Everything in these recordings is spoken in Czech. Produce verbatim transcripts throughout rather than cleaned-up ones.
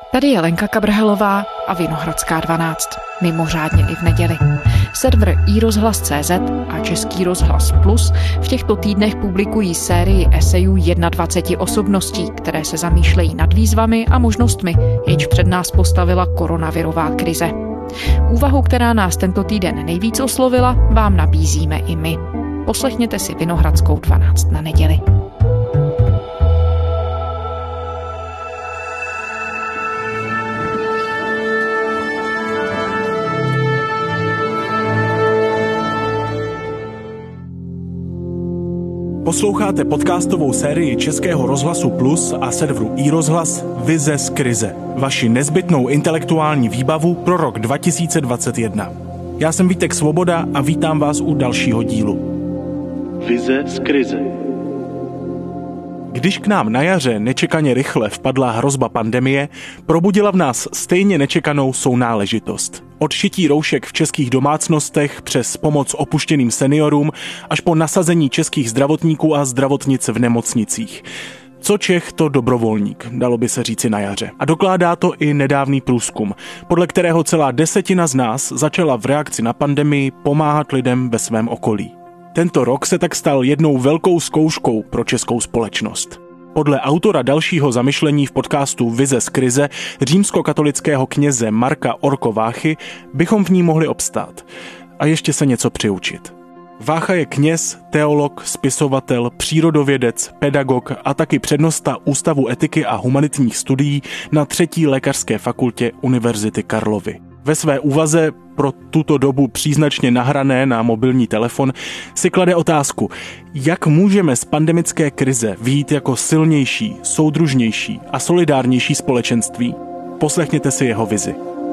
Tady je Lenka Kabrhelová a Vinohradská dvanáct. Mimořádně i v neděli. Server iRozhlas tečka cé zet a Český rozhlas Plus v těchto týdnech publikují sérii esejů dvacet jedna osobností, které se zamýšlejí nad výzvami a možnostmi, jež před nás postavila koronavirová krize. Úvahu, která nás tento týden nejvíc oslovila, vám nabízíme i my. Poslechněte si Vinohradskou dvanáct na neděli. Posloucháte podcastovou sérii Českého rozhlasu Plus a serveru iRozhlas Vize z krize. Vaši nezbytnou intelektuální výbavu pro rok dva tisíce dvacet jedna. Já jsem Vítek Svoboda a vítám vás u dalšího dílu. Vize z krize. Když k nám na jaře nečekaně rychle vpadla hrozba pandemie, probudila v nás stejně nečekanou sounáležitost. Od šití roušek v českých domácnostech přes pomoc opuštěným seniorům až po nasazení českých zdravotníků a zdravotnic v nemocnicích. Co Čech, to dobrovolník, dalo by se říci na jaře. A dokládá to i nedávný průzkum, podle kterého celá desetina z nás začala v reakci na pandemii pomáhat lidem ve svém okolí. Tento rok se tak stal jednou velkou zkouškou pro českou společnost. Podle autora dalšího zamyšlení v podcastu Vize z krize, římskokatolického kněze Marka Orko-Váchy, bychom v ní mohli obstát a ještě se něco přiučit. Vácha je kněz, teolog, spisovatel, přírodovědec, pedagog a taky přednosta Ústavu etiky a humanitních studií na třetí lékařské fakultě Univerzity Karlovy. Ve své úvaze, pro tuto dobu příznačně nahrané na mobilní telefon, si klade otázku, jak můžeme z pandemické krize vyjít jako silnější, soudružnější a solidárnější společenství. Poslechněte si jeho vizi.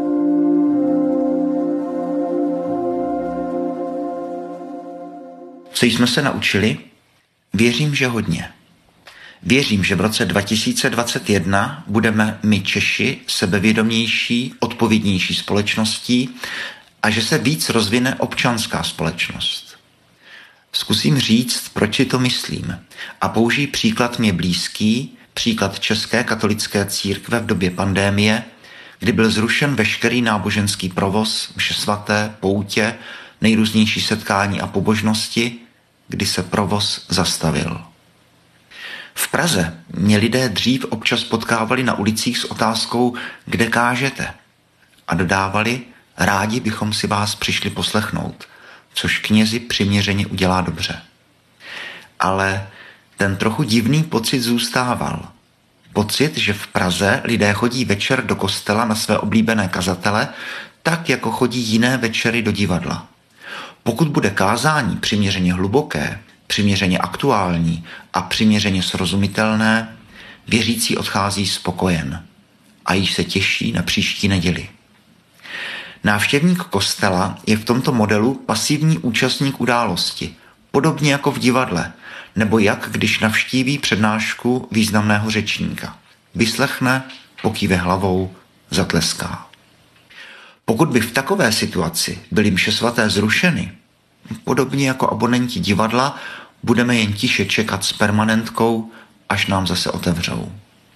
Co jsme se naučili? Věřím, že hodně. Věřím, že v roce dva tisíce dvacet jedna budeme my Češi sebevědomější, odpovědnější společností a že se víc rozvine občanská společnost. Zkusím říct, proč si to myslím a použij příklad mě blízký, příklad České katolické církve v době pandémie, kdy byl zrušen veškerý náboženský provoz, mše svaté, poutě, nejrůznější setkání a pobožnosti, kdy se provoz zastavil. V Praze mě lidé dřív občas potkávali na ulicích s otázkou, kde kážete, a dodávali, rádi bychom si vás přišli poslechnout, což knězi přiměřeně udělá dobře. Ale ten trochu divný pocit zůstával. Pocit, že v Praze lidé chodí večer do kostela na své oblíbené kazatele, tak jako chodí jiné večery do divadla. Pokud bude kázání přiměřeně hluboké, přiměřeně aktuální a přiměřeně srozumitelné, věřící odchází spokojen a již se těší na příští neděli. Návštěvník kostela je v tomto modelu pasivní účastník události, podobně jako v divadle, nebo jak když navštíví přednášku významného řečníka. Vyslechne, pokýve hlavou, zatleská. Pokud by v takové situaci byly mše svaté zrušeny, podobně jako abonenti divadla, budeme jen tiše čekat s permanentkou, až nám zase otevřou.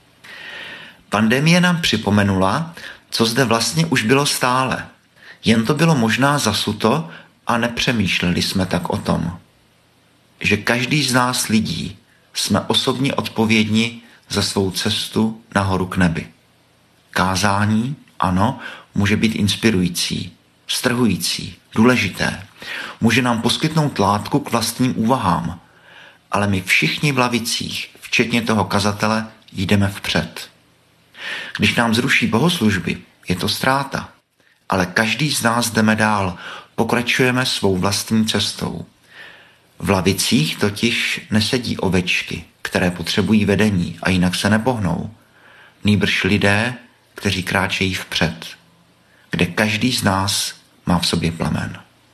Pandemie nám připomenula, co zde vlastně už bylo stále. Jen to bylo možná zasuto a nepřemýšleli jsme tak o tom. Že každý z nás lidí jsme osobně odpovědni za svou cestu nahoru k nebi. Kázání, ano, může být inspirující, strhující, důležité. Může nám poskytnout látku k vlastním úvahám, ale my všichni v lavicích, včetně toho kazatele, jdeme vpřed. Když nám zruší bohoslužby, je to ztráta, ale každý z nás jdeme dál, pokračujeme svou vlastní cestou. V lavicích totiž nesedí ovečky, které potřebují vedení a jinak se nepohnou, nýbrž lidé, kteří kráčejí vpřed, kde každý z nás má v sobě plamen.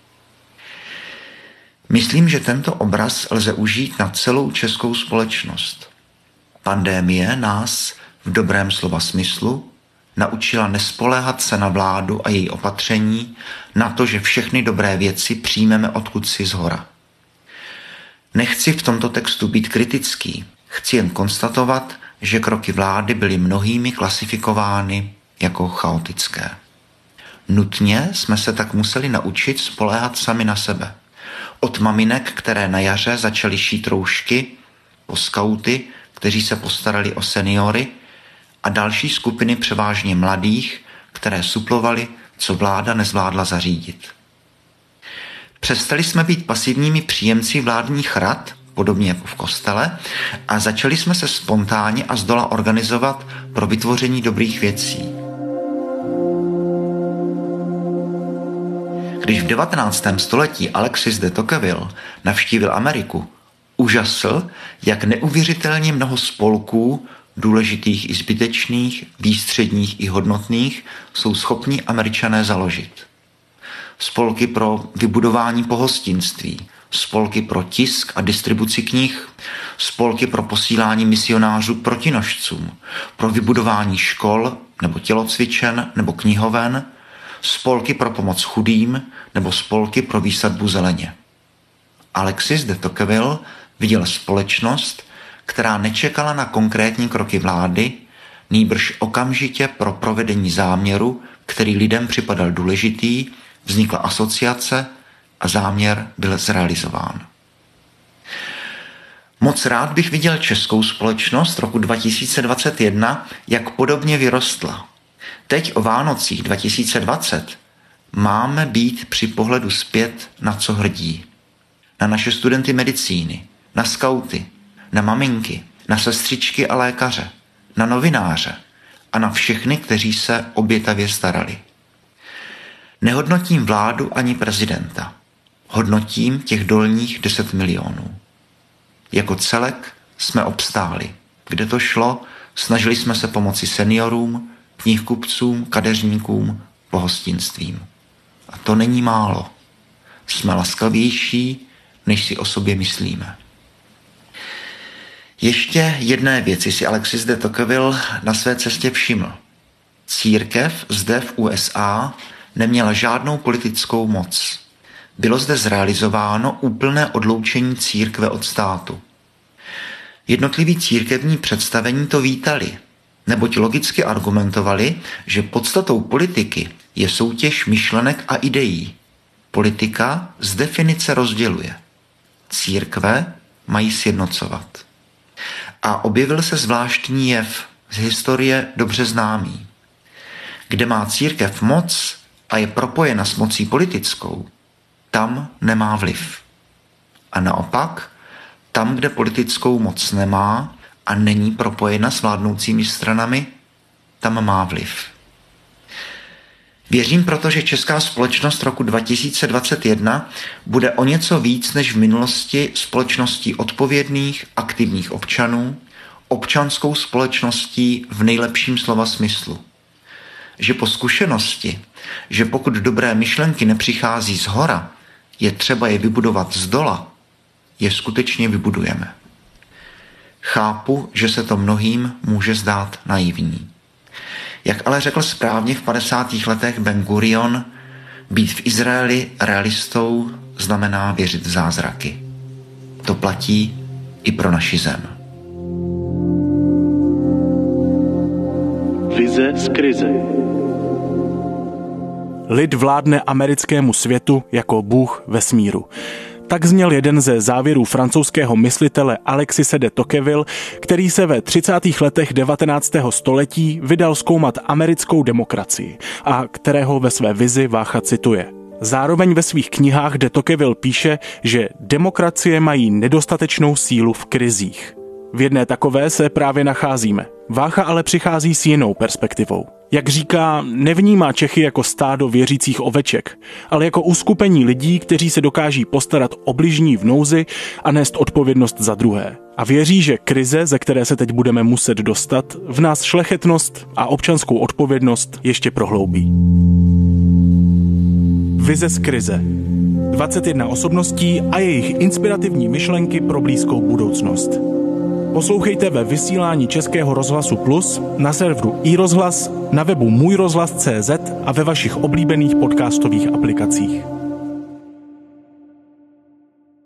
Myslím, že tento obraz lze užít na celou českou společnost. Pandemie nás, v dobrém slova smyslu, naučila nespoléhat se na vládu a její opatření, na to, že všechny dobré věci přijmeme odkudsi zhora. Nechci v tomto textu být kritický, chci jen konstatovat, že kroky vlády byly mnohými klasifikovány jako chaotické. Nutně jsme se tak museli naučit spoléhat sami na sebe. Od maminek, které na jaře začaly šít roušky, po skauty, kteří se postarali o seniory a další skupiny převážně mladých, které suplovali, co vláda nezvládla zařídit. Přestali jsme být pasivními příjemci vládních rad, podobně jako v kostele, a začali jsme se spontánně a zdola organizovat pro vytvoření dobrých věcí. Když v devatenáctém století Alexis de Tocqueville navštívil Ameriku, úžasl, jak neuvěřitelně mnoho spolků, důležitých i zbytečných, výstředních i hodnotných, jsou schopni Američané založit. Spolky pro vybudování pohostinství, spolky pro tisk a distribuci knih, spolky pro posílání misionářů protinožcům, pro vybudování škol nebo tělocvičen nebo knihoven, spolky pro pomoc chudým nebo spolky pro výsadbu zeleně. Alexis de Tocqueville viděl společnost, která nečekala na konkrétní kroky vlády, nýbrž okamžitě pro provedení záměru, který lidem připadal důležitý, vznikla asociace a záměr byl zrealizován. Moc rád bych viděl českou společnost roku dva tisíce dvacet jedna, jak podobně vyrostla. Teď o Vánocích dva tisíce dvacet máme být při pohledu zpět na co hrdí. Na naše studenty medicíny, na skauty, na maminky, na sestřičky a lékaře, na novináře a na všechny, kteří se obětavě starali. Nehodnotím vládu ani prezidenta. Hodnotím těch dolních deset milionů. Jako celek jsme obstáli. Kde to šlo, snažili jsme se pomoci seniorům, knihkupcům, kadeřníkům, pohostinstvím. A to není málo. Jsme laskavější, než si o sobě myslíme. Ještě jedné věci si Alexis de Tocqueville na své cestě všiml. Církev zde v U S A neměla žádnou politickou moc. Bylo zde zrealizováno úplné odloučení církve od státu. Jednotliví církevní představení to vítali, neboť logicky argumentovali, že podstatou politiky je soutěž myšlenek a ideí. Politika z definice rozděluje. Církve mají sjednocovat. A objevil se zvláštní jev z historie dobře známý. Kde má církev moc a je propojena s mocí politickou, tam nemá vliv. A naopak, tam, kde politickou moc nemá a není propojena s vládnoucími stranami, tam má vliv. Věřím proto, že česká společnost roku dva tisíce dvacet jedna bude o něco víc než v minulosti společností odpovědných, aktivních občanů, občanskou společností v nejlepším slova smyslu. Že po zkušenosti, že pokud dobré myšlenky nepřichází z hora, je třeba je vybudovat z dola, je skutečně vybudujeme. Chápu, že se to mnohým může zdát naivní. Jak ale řekl správně v padesátých letech Ben Gurion, být v Izraeli realistou znamená věřit v zázraky. To platí i pro naši zem. Vize z krize. Lid vládne americkému světu jako bůh vesmíru. Tak zněl jeden ze závěrů francouzského myslitele Alexise de Tocqueville, který se ve třicátých letech devatenáctého století vydal zkoumat americkou demokracii a kterého ve své vizi Vácha cituje. Zároveň ve svých knihách de Tocqueville píše, že demokracie mají nedostatečnou sílu v krizích. V jedné takové se právě nacházíme. Vácha ale přichází s jinou perspektivou. Jak říká, nevnímá Čechy jako stádo věřících oveček, ale jako uskupení lidí, kteří se dokáží postarat o bližní v nouzi a nést odpovědnost za druhé. A věří, že krize, ze které se teď budeme muset dostat, v nás šlechetnost a občanskou odpovědnost ještě prohloubí. Vize z krize. dvacet jedna osobností a jejich inspirativní myšlenky pro blízkou budoucnost. Poslouchejte ve vysílání Českého rozhlasu Plus, na serveru iRozhlas, na webu můj rozhlas tečka cé zet a ve vašich oblíbených podcastových aplikacích.